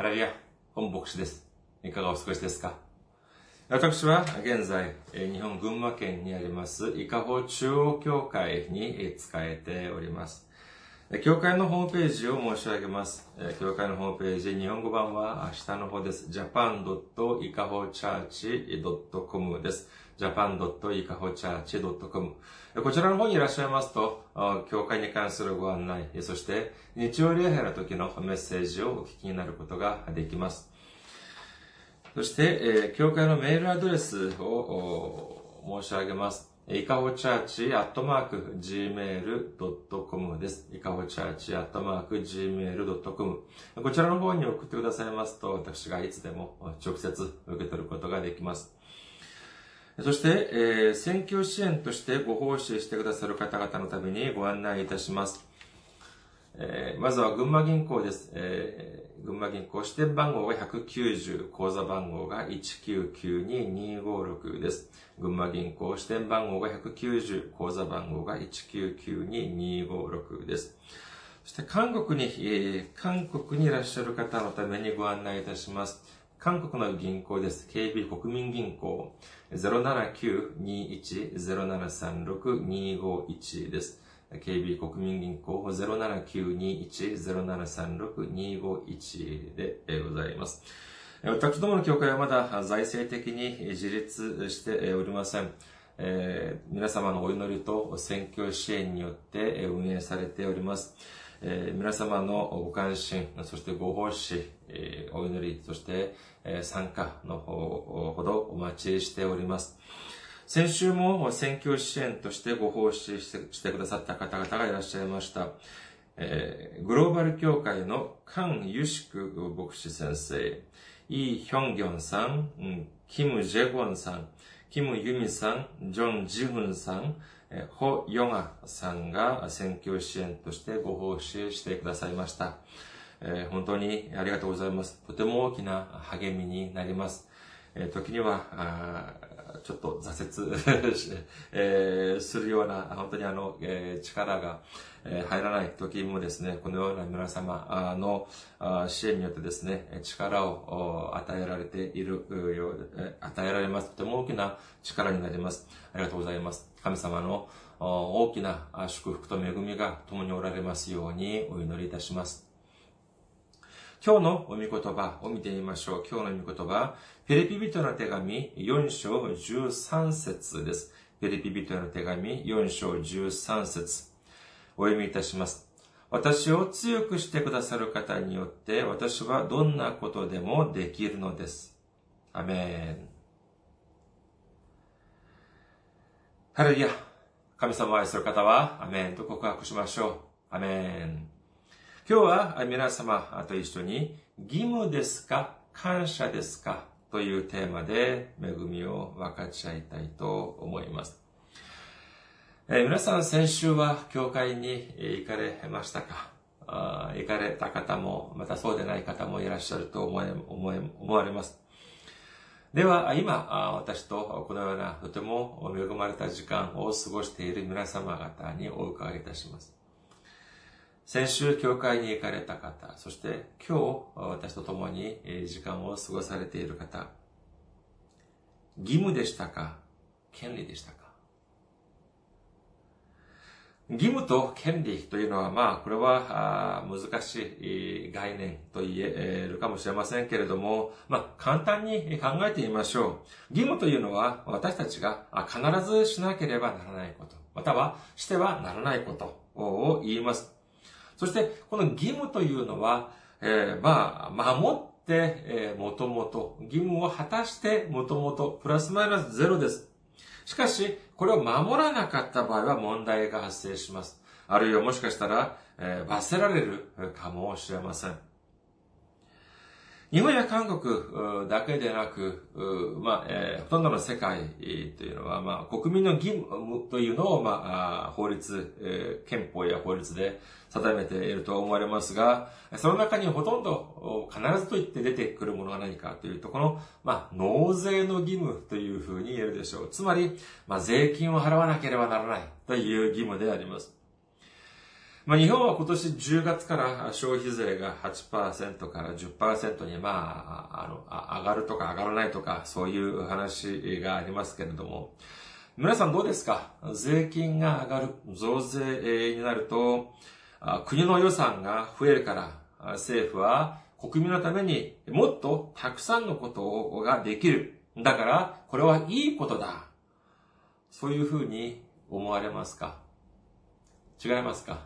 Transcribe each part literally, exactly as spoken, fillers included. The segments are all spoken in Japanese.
ハレルヤ、本牧師です。いかがお過ごしですか？私は現在、日本群馬県にあります、伊香保中央教会に仕えております。教会のホームページを申し上げます。教会のホームページ、日本語版は下の方です。ジャパンドットイカホチャーチドットコム です。ジャパンドットイカホチャーチドットコム。こちらの方にいらっしゃいますと、教会に関するご案内、そして日曜礼拝の時のメッセージをお聞きになることができます。そして、教会のメールアドレスを申し上げます。イカホチャーチアットマーク ジーメールドットコム です。イカホチャーチアットマーク ジーメールドットコム。こちらの方に送ってくださいますと、私がいつでも直接受け取ることができます。そして、えー、選挙支援としてご奉仕してくださる方々のためにご案内いたします。えー、まずは群馬銀行です。えー、群馬銀行支店番号がひゃくきゅうじゅう、口座番号がいちきゅうきゅうににごろくです。群馬銀行支店番号がひゃくきゅうじゅう、口座番号がいちきゅうきゅうににごろくです。そして韓国に、えー、韓国にいらっしゃる方のためにご案内いたします。韓国の銀行です。ケービー 国民銀行 ゼロななきゅうにいちゼロななさんろくにごいち です。ケービー 国民銀行 ゼロななきゅうにいちゼロななさんろくにごいち でございます。私どもの教会はまだ財政的に自立しておりません。えー、皆様のお祈りと選挙支援によって運営されております。えー、皆様のご関心、そしてご奉仕、えー、お祈り、そして、えー、参加の方ほどお待ちしております。先週も選挙支援としてご奉仕してくださった方々がいらっしゃいました。えー、グローバル教会のカン・ユシク牧師先生、イ・ヒョンギョンさん、キム・ジェゴンさん、キム・ユミさん、ジョン・ジフンさん、ホ・ヨガさんが選挙支援としてご奉仕してくださいました。えー、本当にありがとうございます。とても大きな励みになります。えー、時には、ちょっと挫折、えー、するような、本当にあの、えー、力が入らない時もですね、このような皆様の支援によってですね、力を与えられているようで、与えられます。とても大きな力になります。ありがとうございます。神様の大きな祝福と恵みが共におられますようにお祈りいたします。今日のお御言葉を見てみましょう。今日の御言葉、フィリピ人の手紙よん章じゅうさん節です。フィリピ人の手紙よん章じゅうさん節。お読みいたします。私を強くしてくださる方によって私はどんなことでもできるのです。アメン。ハレルヤ。神様を愛する方はアメンと告白しましょう。アメン。今日は皆様と一緒に義務ですか感謝ですかというテーマで恵みを分かち合いたいと思います。えー、皆さん先週は教会に行かれましたか？あ行かれた方もまたそうでない方もいらっしゃると思え思え思われます。では今私とこのようなとても恵まれた時間を過ごしている皆様方にお伺いいたします。先週教会に行かれた方、そして今日私と共に時間を過ごされている方、義務でしたか？権利でしたか？義務と権利というのは、まあ、これは難しい概念と言えるかもしれませんけれども、まあ、簡単に考えてみましょう。義務というのは、私たちが必ずしなければならないこと、またはしてはならないことを言います。そして、この義務というのは、えー、まあ、守って、えー、もともと、義務を果たしてもともと、プラスマイナスゼロです。しかし、これを守らなかった場合は問題が発生します。あるいはもしかしたら、えー、罰せられるかもしれません。日本や韓国だけでなく、まあえー、ほとんどの世界というのは、まあ、国民の義務というのを、まあ、法律、えー、憲法や法律で定めていると思われますが、その中にほとんど必ずと言って出てくるものは何かというと、この、まあ、納税の義務というふうに言えるでしょう。つまり、まあ、税金を払わなければならないという義務であります。 まあ、日本は今年じゅうがつから消費税が はちパーセント から じゅっパーセント に、まあ、あの、上がるとか上がらないとか、そういう話がありますけれども、皆さんどうですか？税金が上がる、増税になると、国の予算が増えるから、政府は国民のためにもっとたくさんのことができる。だから、これはいいことだ。そういうふうに思われますか？違いますか？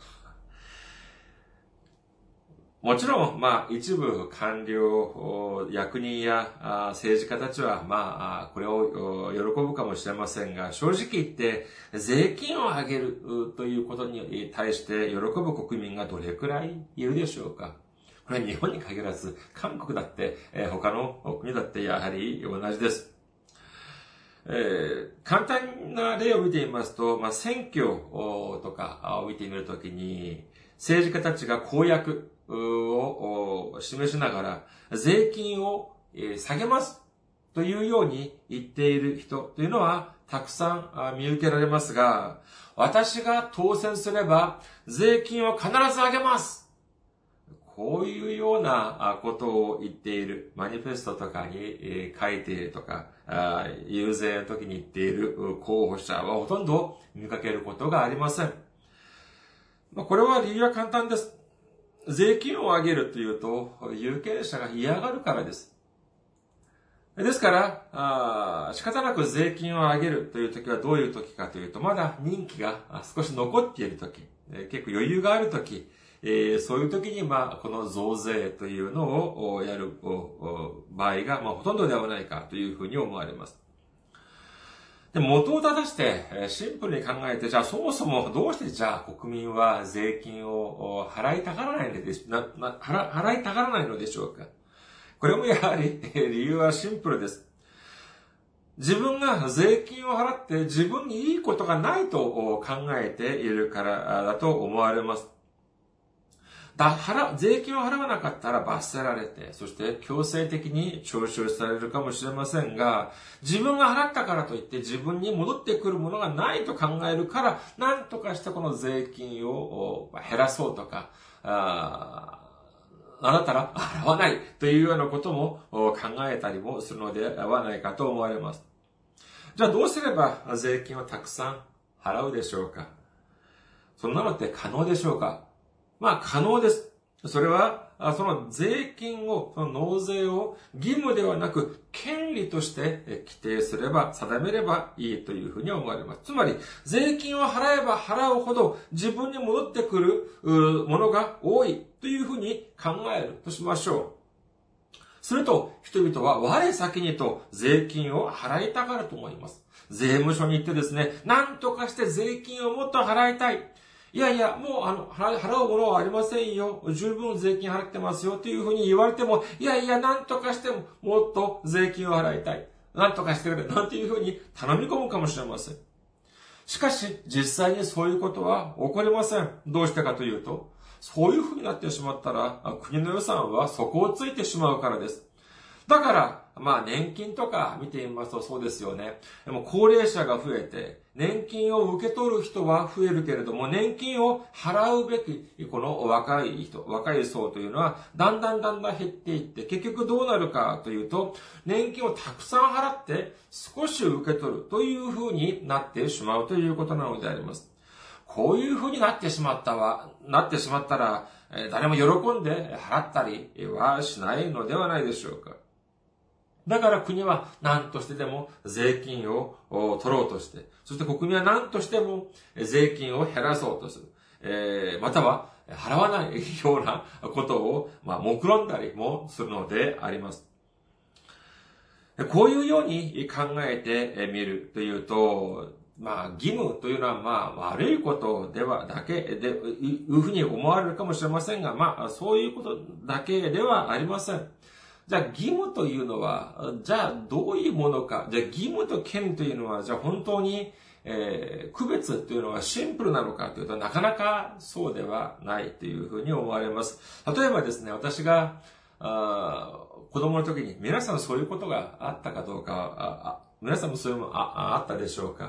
もちろん、まあ、一部官僚、役人や政治家たちは、まあ、これを喜ぶかもしれませんが、正直言って、税金を上げるということに対して喜ぶ国民がどれくらいいるでしょうか？これは日本に限らず、韓国だって、他の国だってやはり同じです。えー、簡単な例を見てみますと、まあ、選挙とかを見てみるときに、政治家たちが公約を示しながら、税金を下げますというように言っている人というのはたくさん見受けられますが、私が当選すれば税金を必ず上げます。こういうようなことを言っている、マニフェストとかに書いているとか、遊説の時に言っている候補者はほとんど見かけることがありません。これは理由は簡単です。税金を上げるというと、有権者が嫌がるからです。ですから、あ仕方なく税金を上げるという時はどういう時かというと、まだ任期が少し残っている時、結構余裕がある時、えー、そういう時に、まあ、この増税というのをやる場合が、まあ、ほとんどではないかというふうに思われます。で、元を正して、シンプルに考えて、じゃあそもそもどうしてじゃあ国民は税金を払いたがらないのでし、な、な、払、払いたがらないのでしょうか？これもやはり理由はシンプルです。自分が税金を払って自分にいいことがないと考えているからだと思われます。だ払税金を払わなかったら罰せられて、そして強制的に徴収されるかもしれませんが、自分が払ったからといって自分に戻ってくるものがないと考えるから、なんとかしてこの税金を減らそうとか、ああなたら払わないというようなことも考えたりもするのではないかと思われます。じゃあどうすれば税金をたくさん払うでしょうか？そんなのって可能でしょうか？まあ可能です。それは、その税金を、その納税を義務ではなく権利として規定すれば、定めればいいというふうに思われます。つまり、税金を払えば払うほど自分に戻ってくるものが多いというふうに考えるとしましょう。すると、人々は我先にと税金を払いたがると思います。税務署に行ってですね、何とかして税金をもっと払いたい。いやいや、もうあの、払うものはありませんよ。十分税金払ってますよ。というふうに言われても、いやいや、何とかしても、もっと税金を払いたい。何とかしてくれ。なんていうふうに頼み込むかもしれません。しかし、実際にそういうことは起こりません。どうしてかというと、そういうふうになってしまったら、国の予算は底をついてしまうからです。だから、まあ年金とか見てみますとそうですよね。でも高齢者が増えて、年金を受け取る人は増えるけれども、年金を払うべき、この若い人、若い層というのは、だんだんだんだん減っていって、結局どうなるかというと、年金をたくさん払って、少し受け取るというふうになってしまうということなのであります。こういうふうになってしまったわ、なってしまったら、誰も喜んで払ったりはしないのではないでしょうか。だから国は何としてでも税金を取ろうとして、そして国民は何としても税金を減らそうとする。えー、または払わないようなことを、まあ、目論んだりもするのであります。こういうように考えてみるというと、まあ、義務というのは、まあ、悪いことでは、だけで、いうふうに思われるかもしれませんが、まあ、そういうことだけではありません。じゃあ義務というのは、じゃあどういうものか。じゃあ義務と権利というのは、じゃあ本当に、えー、区別というのはシンプルなのかというと、なかなかそうではないというふうに思われます。例えばですね、私が、あ子供の時に、皆さんそういうことがあったかどうか、ああ皆さんもそういうの あ, あったでしょうか。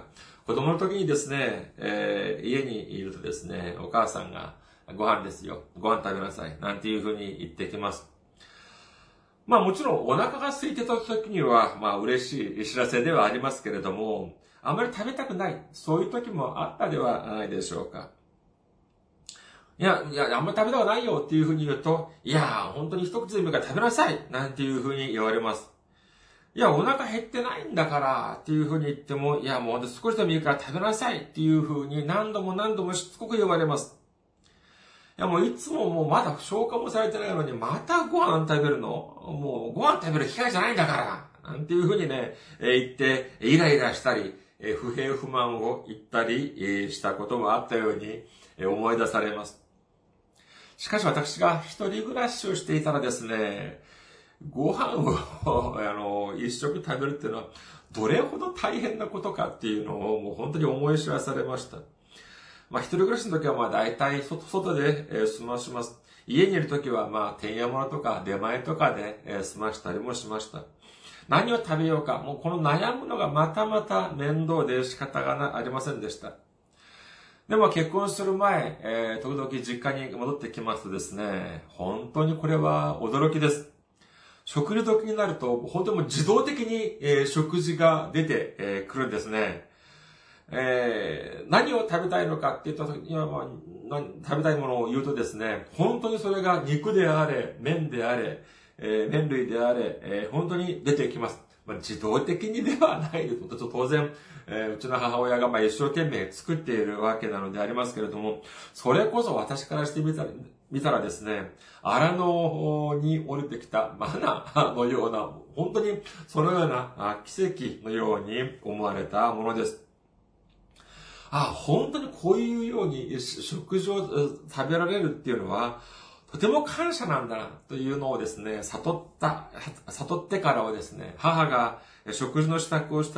子供の時にですね、えー、家にいるとですね、お母さんが、ご飯ですよ。ご飯食べなさい。なんていうふうに言ってきます。まあもちろんお腹が空いてた時には、まあ嬉しい知らせではありますけれども、あまり食べたくない。そういう時もあったではないでしょうか。いや、いや、あんまり食べたくないよっていうふうに言うと、いや、本当に一口でもいいから食べなさいなんていうふうに言われます。いや、お腹減ってないんだからっていうふうに言っても、いや、もう少しでもいいから食べなさいっていうふうに何度も何度もしつこく言われます。いや、もういつももうまだ消化もされてないのに、またご飯食べるのもうご飯食べる機会じゃないんだからなんていうふうにね、え言って、イライラしたり、え不平不満を言ったり、えしたこともあったように、え思い出されます。しかし私が一人暮らしをしていたらですね、ご飯をあの一食食べるっていうのはどれほど大変なことかっていうのをもう本当に思い知らされました。まあ一人暮らしの時はまあ大体外、外で、えー、済まします。家にいる時はまあてんやものとか出前とかで、えー、済ましたりもしました。何を食べようか、もうこの悩むのがまたまた面倒で仕方がありませんでした。でも結婚する前、えー、時々実家に戻ってきますとですね、本当にこれは驚きです。食事時になると、本当にもう自動的に、えー、食事が出て、えー、くるんですね。えー、何を食べたいのかって言った時には、まあ、食べたいものを言うとですね、本当にそれが肉であれ、麺であれ、えー、麺類であれ、えー、本当に出てきます。まあ、自動的にではないです。当然、えー、うちの母親がまあ一生懸命作っているわけなのでありますけれども、それこそ私からしてみたら、見たらですね、荒野に降りてきたマナのような、本当にそのような奇跡のように思われたものです。あ、本当にこういうように食事を食べられるっていうのは、とても感謝なんだなというのをですね、悟った、悟ってからはですね、母が食事の支度をした、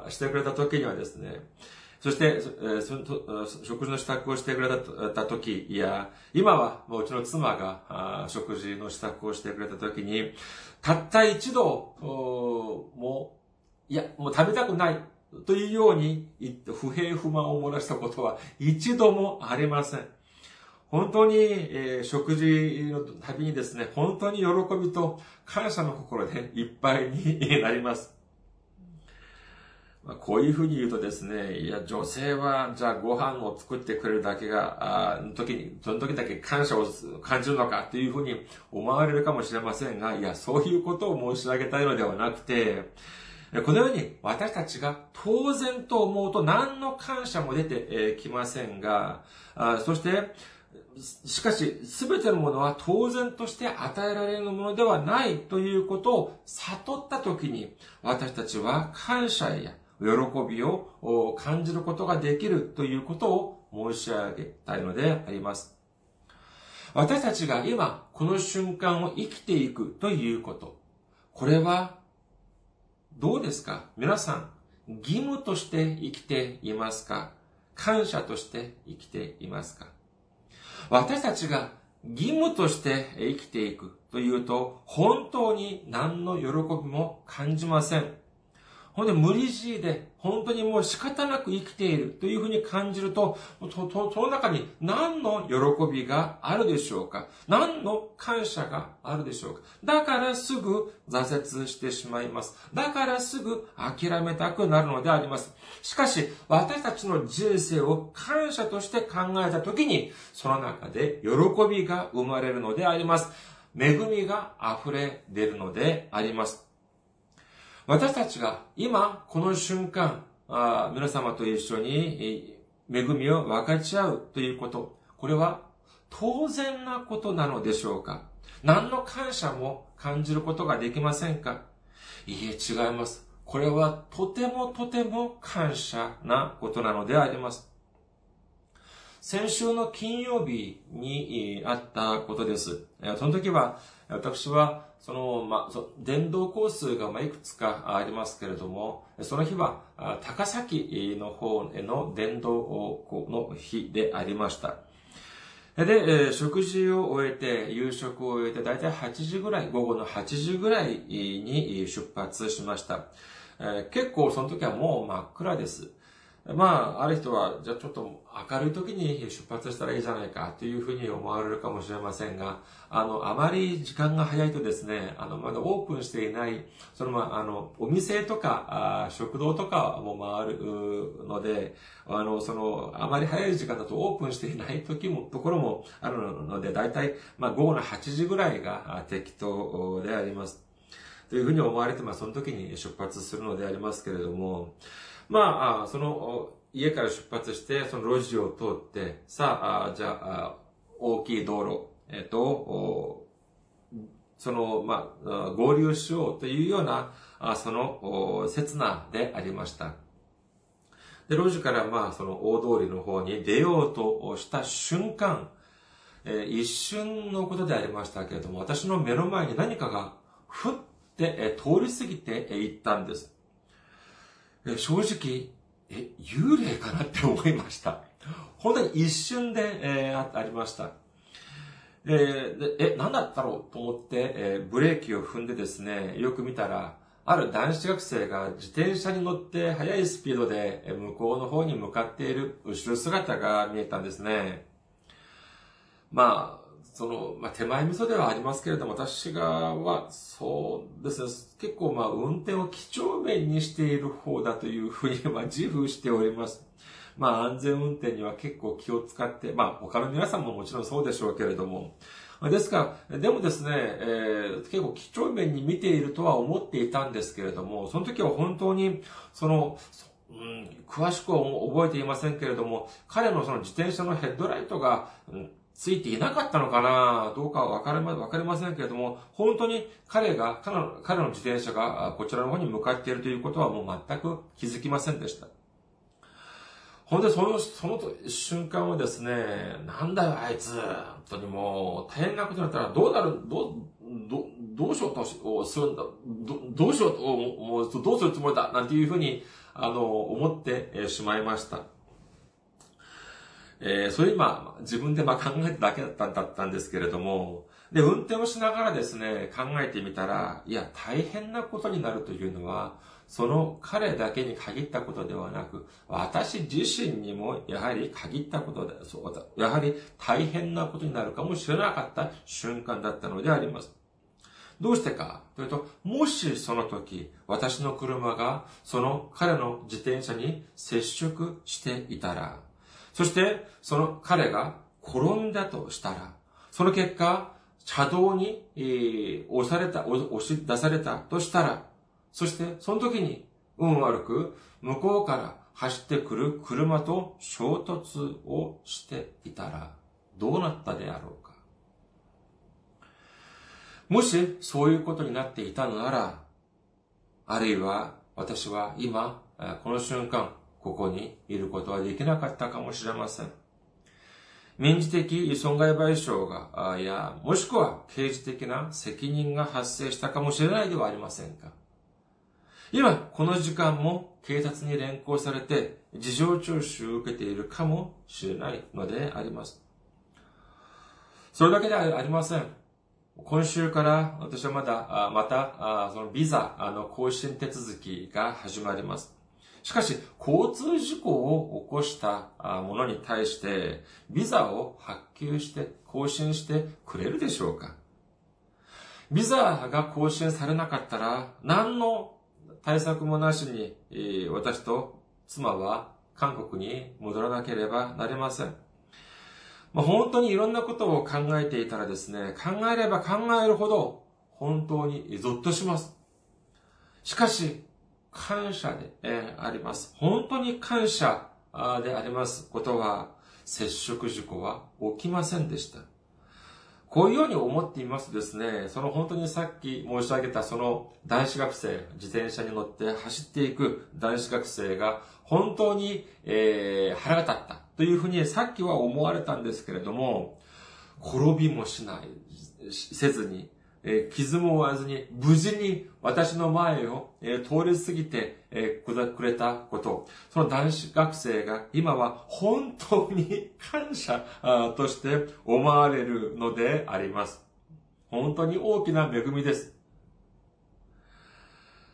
してくれた時にはですね、そして、食事の支度をしてくれた時、いや、今はもううちの妻が食事の支度をしてくれた時に、たった一度、もう、いや、もう食べたくないというように言って不平不満を漏らしたことは一度もありません。本当に、えー、食事の旅にですね、本当に喜びと感謝の心でいっぱいになります。まあ、こういうふうに言うとですね、いや、女性は、じゃあご飯を作ってくれるだけが、あの時に、その時だけ感謝を感じるのかというふうに思われるかもしれませんが、いや、そういうことを申し上げたいのではなくて、このように私たちが当然と思うと何の感謝も出てきませんが、そして、しかし、すべてのものは当然として与えられるものではないということを悟ったときに、私たちは感謝や喜びを感じることができるということを申し上げたいのであります。私たちが今、この瞬間を生きていくということ。これは、どうですか？皆さん、義務として生きていますか？感謝として生きていますか？私たちが義務として生きていくというと、本当に何の喜びも感じません。ほんで無理強いで、本当にもう仕方なく生きているというふうに感じると、その中に何の喜びがあるでしょうか？何の感謝があるでしょうか？だからすぐ挫折してしまいます。だからすぐ諦めたくなるのであります。しかし、私たちの人生を感謝として考えたときに、その中で喜びが生まれるのであります。恵みが溢れ出るのであります。私たちが今この瞬間あ皆様と一緒に恵みを分かち合うということ、これは当然なことなのでしょうか？何の感謝も感じることができませんか？いいえ、違います。これはとてもとても感謝なことなのであります。先週の金曜日にあったことです。その時は私はその、まあ、伝道コースがいくつかありますけれども、その日は高崎の方への伝道の日でありました。で、食事を終えて、夕食を終えて、だいたいはちじぐらい、午後のはちじぐらいに出発しました。結構その時はもう真っ暗です。 まあ、ある人は、じゃあちょっと明るい時に出発したらいいじゃないかというふうに思われるかもしれませんが、あの、あまり時間が早いとですね、あの、まだオープンしていない、そのまあ、あの、お店とか、あ食堂とかも回るので、あの、その、あまり早い時間だとオープンしていない時も、ところもあるので、だいたい、まあ、午後のはちじぐらいが適当であります。というふうに思われて、まあ、その時に出発するのでありますけれども、まあ、その、家から出発して、その路地を通って、さあ、じゃあ、大きい道路、えっと、その、まあ、合流しようというような、その、刹那でありました。で、路地から、まあ、その大通りの方に出ようとした瞬間、えー、一瞬のことでありましたけれども、私の目の前に何かが、ふって、えー、通り過ぎていったんです。正直、え、幽霊かなって思いました。本当に一瞬で、えー、あ, ありました。えー、でえ、何だったろうと思って、えー、ブレーキを踏んでですね、よく見たら、ある男子学生が自転車に乗って速いスピードで向こうの方に向かっている後ろ姿が見えたんですね。まあ、その、まあ、手前味噌ではありますけれども、私がは、そうですね、結構まあ、運転を几帳面にしている方だというふうに、まあ、自負しております。まあ、安全運転には結構気を使って、まあ、他の皆さんももちろんそうでしょうけれども、ですから、でもですね、えー、結構几帳面に見ているとは思っていたんですけれども、その時は本当に、その、うん、詳しくは覚えていませんけれども、彼のその自転車のヘッドライトが、うんついていなかったのかなどうかはわかりま、わかりませんけれども、本当に彼が、彼の、彼の自転車がこちらの方に向かっているということはもう全く気づきませんでした。ほんで、その、その瞬間はですね、なんだよあいつ、本当にもう、大変なことになったらどうなる、どう、ど、どうしようとするんだ、ど、どうしようと、もう、どうするつもりだ、なんていうふうに、あの、思ってしまいました。えー、それ今、自分でまあ考えただけだったんだったんですけれども、で、運転をしながらですね、考えてみたら、いや、大変なことになるというのは、その彼だけに限ったことではなく、私自身にもやはり限ったことで、そうやはり大変なことになるかもしれなかった瞬間だったのであります。どうしてかというと、もしその時、私の車がその彼の自転車に接触していたら、そして、その彼が転んだとしたら、その結果、車道に、えー、押された、押し出されたとしたら、そして、その時に、運悪く、向こうから走ってくる車と衝突をしていたら、どうなったであろうか。もし、そういうことになっていたのなら、あるいは、私は今、この瞬間、ここにいることはできなかったかもしれません。民事的損害賠償が、や、もしくは刑事的な責任が発生したかもしれないではありませんか。今、この時間も警察に連行されて、事情聴取を受けているかもしれないのであります。それだけではありません。今週から私はまだ、また、そのビザの更新手続きが始まります。しかし、交通事故を起こしたものに対して、ビザを発給して、更新してくれるでしょうか？ビザが更新されなかったら、何の対策もなしに、私と妻は韓国に戻らなければなりません。まあ、本当にいろんなことを考えていたらですね、考えれば考えるほど、本当にゾッとします。しかし、感謝で、えー、あります。本当に感謝でありますことは、接触事故は起きませんでした。こういうように思っていますとですね、その本当にさっき申し上げたその男子学生、自転車に乗って走っていく男子学生が本当に、えー、腹が立ったというふうにさっきは思われたんですけれども、転びもしない、せずに、えー、傷も負わずに無事に私の前を、えー、通り過ぎて、えー、くれたこと、その男子学生が今は本当に感謝として思われるのであります。本当に大きな恵みです。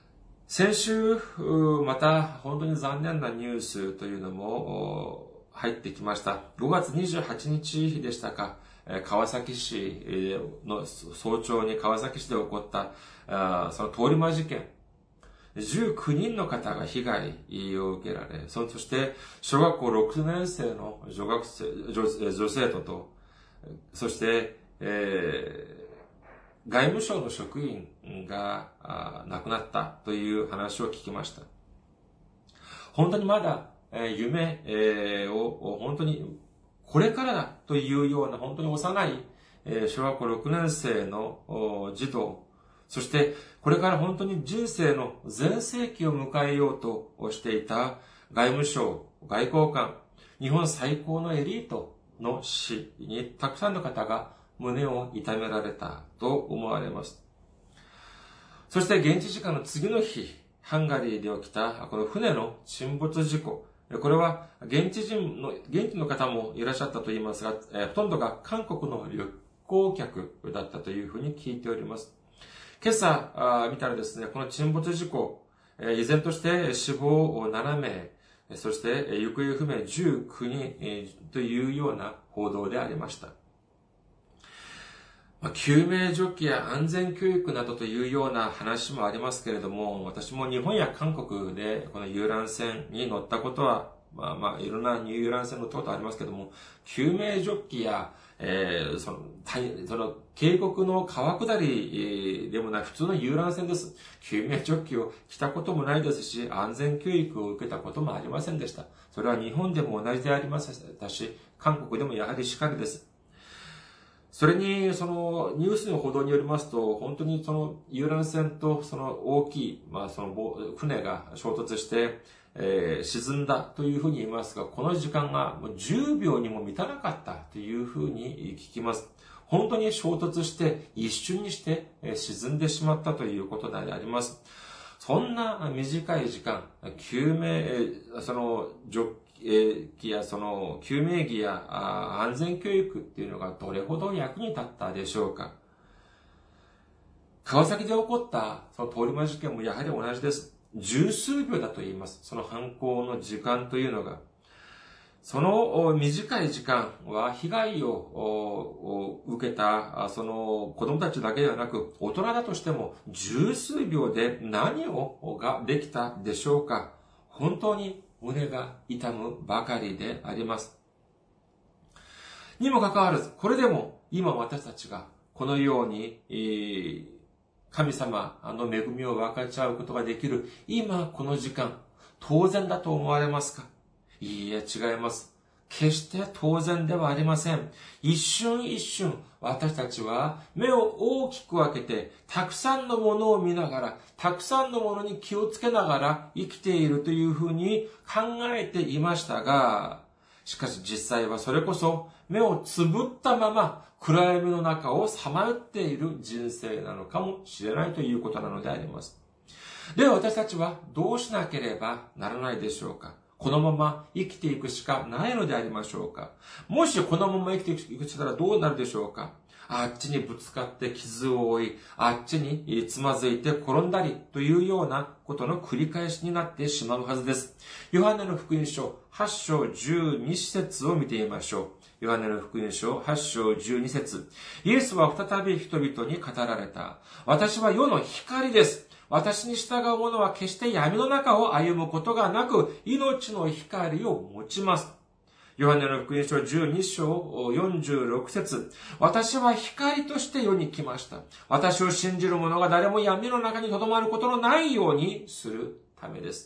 先週、また本当に残念なニュースというのも入ってきました。ごがつにじゅうはちにちでしたか、川崎市の早朝に川崎市で起こったその通り魔事件。じゅうきゅうにんの方が被害を受けられ、そして小学校ろくねん生の女学生、女、女生徒と、そして、えー、外務省の職員が亡くなったという話を聞きました。本当にまだ、えー、夢、えー、を本当にこれからだというような本当に幼い、えー、小学校ろくねん生の児童、そしてこれから本当に人生の全盛期を迎えようとしていた外務省、外交官、日本最高のエリートの死にたくさんの方が胸を痛められたと思われます。そして現地時間の次の日、ハンガリーで起きたこの船の沈没事故。これは現地人の、現地の方もいらっしゃったと言いますが、ほとんどが韓国の旅行客だったというふうに聞いております。今朝見たらですね、この沈没事故、依然として死亡ななめい、そして行方不明じゅうきゅうにんというような報道でありました。救命助器や安全教育などというような話もありますけれども、私も日本や韓国でこの遊覧船に乗ったことは、まあまあいろんな遊覧船乗ったことありますけれども、救命ジョッキや、えー、その、その、渓谷の川下りでもない普通の遊覧船です。救命ジョッキを着たこともないですし、安全教育を受けたこともありませんでした。それは日本でも同じでありましたし、韓国でもやはりしかりです。それに、その、ニュースの報道によりますと、本当にその遊覧船とその大きい、まあその船が衝突して、えー、沈んだというふうに言いますが、この時間がもうじゅうびょうにも満たなかったというふうに聞きます。本当に衝突して一瞬にして沈んでしまったということであります。そんな短い時間、救命、その、助器やその、救命着や安全教育っていうのがどれほど役に立ったでしょうか。川崎で起こったその通り魔事件もやはり同じです。十数秒だと言います。その犯行の時間というのが。その短い時間は被害を受けたその子供たちだけではなく、大人だとしても十数秒で何をができたでしょうか。本当に胸が痛むばかりであります。にもかかわらず、これでも今私たちがこのように、えー神様の恵みを分かち合うことができる今この時間、当然だと思われますか？いいえ、違います。決して当然ではありません。一瞬一瞬、私たちは目を大きく開けて、たくさんのものを見ながら、たくさんのものに気をつけながら生きているというふうに考えていましたが、しかし実際はそれこそ目をつぶったまま暗闇の中をさまよっている人生なのかもしれないということなのであります。では私たちはどうしなければならないでしょうか。このまま生きていくしかないのでありましょうか。もしこのまま生きていくしたらどうなるでしょうか。あっちにぶつかって傷を負い、あっちにつまずいて転んだりというようなことの繰り返しになってしまうはずです。ヨハネの福音書はち章じゅうに節を見てみましょう。ヨハネの福音書はち章じゅうに節。イエスは再び人々に語られた。私は世の光です。私に従う者は決して闇の中を歩むことがなく、命の光を持ちます。ヨハネの福音書じゅうに章よんじゅうろく節。私は光として世に来ました。私を信じる者が誰も闇の中に留まることのないようにするためです。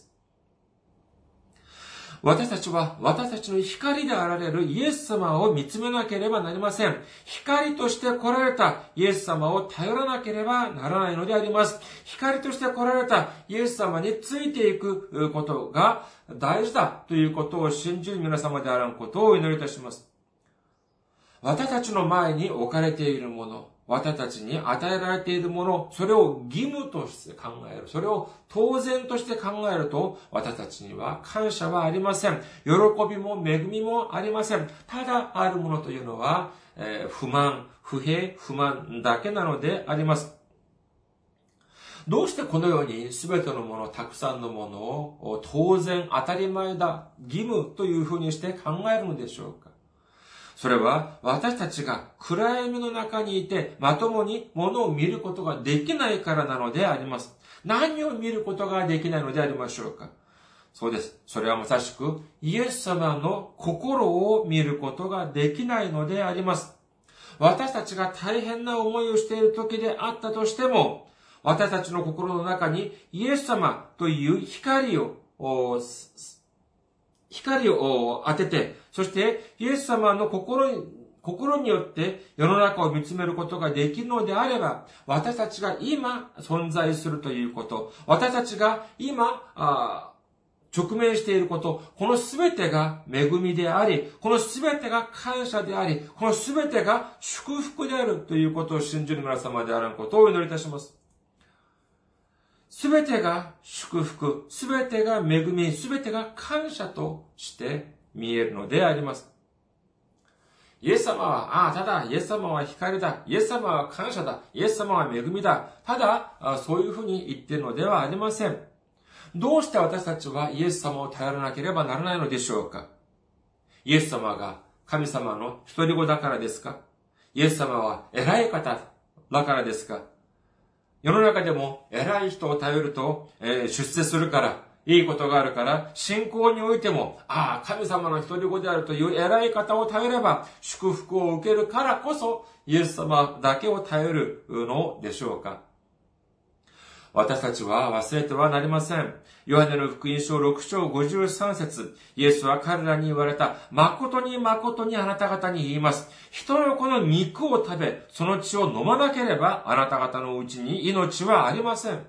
私たちは私たちの光であられるイエス様を見つめなければなりません。光として来られたイエス様を頼らなければならないのであります。光として来られたイエス様についていくことが大事だということを信じる皆様であらんことをお祈りいたします。私たちの前に置かれているもの、私たちに与えられているもの、それを義務として考える。それを当然として考えると、私たちには感謝はありません。喜びも恵みもありません。ただあるものというのは、えー、不満、不平、不満だけなのであります。 どうしてこのように全てのもの、たくさんのものを当然当たり前だ、義務というふうにして考えるのでしょうか？それは私たちが暗闇の中にいてまともに物を見ることができないからなのであります。何を見ることができないのでありましょうか？そうです。それはまさしくイエス様の心を見ることができないのであります。私たちが大変な思いをしている時であったとしても、私たちの心の中にイエス様という光を、光を当てて、そしてイエス様の心に、心によって世の中を見つめることができるのであれば、私たちが今存在するということ、私たちが今、あ直面していること、このすべてが恵みであり、このすべてが感謝であり、このすべてが祝福であるということを信じる皆様であることをお祈りいたします。すべてが祝福、すべてが恵み、すべてが感謝として見えるのであります。イエス様は、ああ、ただ、イエス様は光だ。イエス様は感謝だ。イエス様は恵みだ。ただ、そういうふうに言っているのではありません。どうして私たちはイエス様を頼らなければならないのでしょうか？イエス様が神様の一人子だからですか？イエス様は偉い方だからですか？世の中でも偉い人を頼ると、えー、出世するから、いいことがあるから、信仰においても、ああ、神様の一人子であるという偉い方を頼れば、祝福を受けるからこそ、イエス様だけを頼るのでしょうか？私たちは忘れてはなりません。ヨハネの福音書ろく章ごじゅうさん節、イエスは彼らに言われた。誠に誠にあなた方に言います。人の子の肉を食べ、その血を飲まなければ、あなた方のうちに命はありません。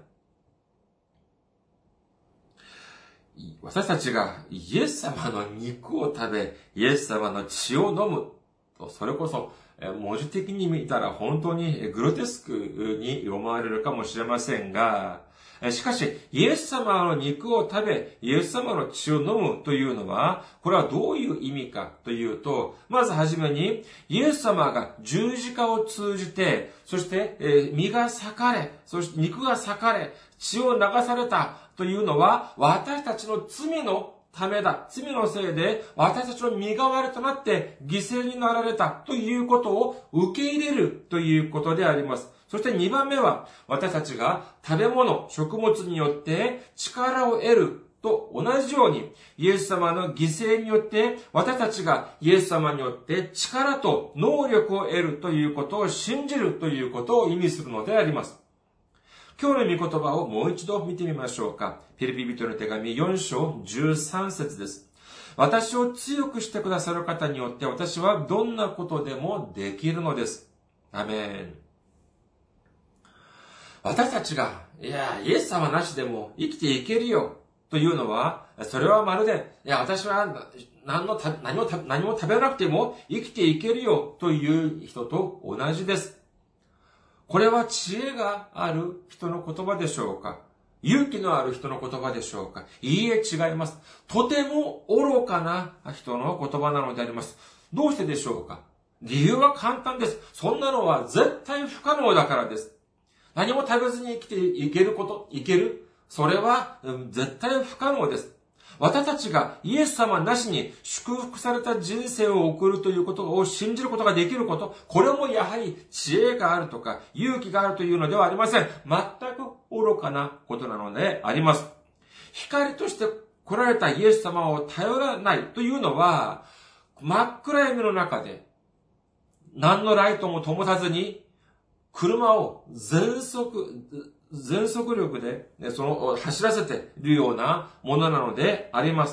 私たちがイエス様の肉を食べ、イエス様の血を飲むと、それこそ文字的に見たら本当にグロテスクに思われるかもしれませんが、しかし、イエス様の肉を食べ、イエス様の血を飲むというのは、これはどういう意味かというと、まずはじめに、イエス様が十字架を通じて、そして、えー、身が裂かれ、そして肉が裂かれ、血を流されたというのは、私たちの罪のためだ。罪のせいで私たちの身代わりとなって犠牲になられたということを受け入れるということであります。そしてにばんめは、私たちが食べ物、食物によって力を得ると同じように、イエス様の犠牲によって私たちがイエス様によって力と能力を得るということを信じるということを意味するのであります。今日の御言葉をもう一度見てみましょうか。ピリピ人の手紙よん章じゅうさん節です。私を強くしてくださる方によって私はどんなことでもできるのです。アメン。私たちが、いや、イエス様なしでも生きていけるよというのは、それはまるで、いや、私は何の何も何も食べなくても生きていけるよという人と同じです。これは知恵がある人の言葉でしょうか？勇気のある人の言葉でしょうか？いいえ、違います。とても愚かな人の言葉なのであります。どうしてでしょうか？理由は簡単です。そんなのは絶対不可能だからです。何も食べずに生きていけること、いける？それは、うん、絶対不可能です。私たちがイエス様なしに祝福された人生を送るということを信じることができること、これもやはり知恵があるとか勇気があるというのではありません。全く愚かなことなのであります。光として来られたイエス様を頼らないというのは、真っ暗闇の中で何のライトも灯さずに車を全速、全速力で、その、走らせているようなものなのであります。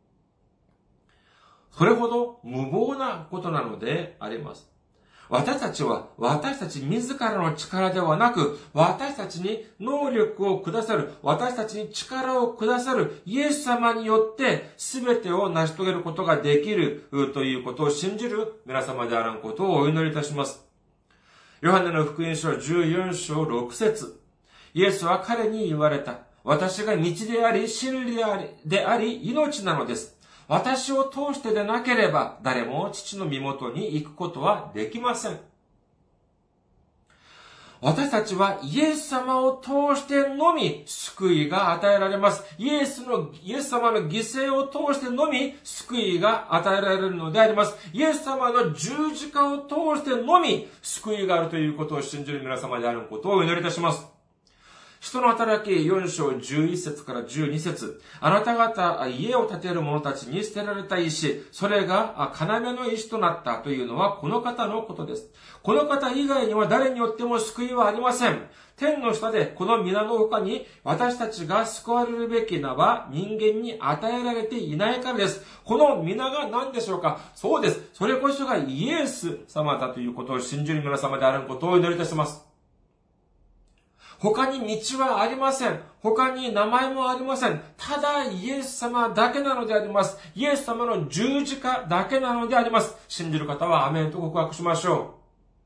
それほど無謀なことなのであります。私たちは、私たち自らの力ではなく、私たちに能力をくださる、私たちに力をくださるイエス様によって、すべてを成し遂げることができるということを信じる皆様であることをお祈りいたします。ヨハネの福音書じゅうよん章ろく節、イエスは彼に言われた。私が道であり、真理であり、であり、命なのです。私を通してでなければ、誰も父の身元に行くことはできません。 私たちはイエス様を通してのみ救いが与えられます。イエスの、イエス様の犠牲を通してのみ救いが与えられるのであります。イエス様の十字架を通してのみ救いがあるということを信じる皆様であることをお祈りいたします。人の働きよん章じゅういち節からじゅうに節。あなた方、家を建てる者たちに捨てられた石、それが要の石となったというのはこの方のことです。この方以外には誰によっても救いはありません。天の下でこの皆の他に私たちが救われるべき名は人間に与えられていないからです。この皆が何でしょうか？そうです。それこそがイエス様だということを信じる皆様であることをお祈りいたします。他に道はありません。他に名前もありません。ただイエス様だけなのであります。イエス様の十字架だけなのであります。信じる方はアメンと告白しましょ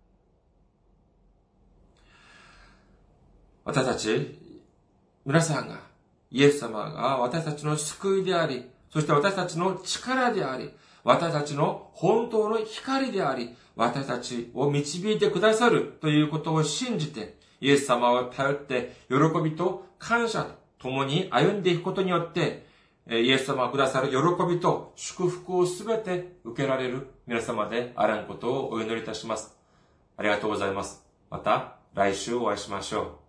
う。私たち、皆さんが、イエス様が私たちの救いであり、そして私たちの力であり、私たちの本当の光であり、私たちを導いてくださるということを信じて、イエス様を頼って喜びと感謝と共に歩んでいくことによって、イエス様がくださる喜びと祝福をすべて受けられる皆様であらんことをお祈りいたします。ありがとうございます。また来週お会いしましょう。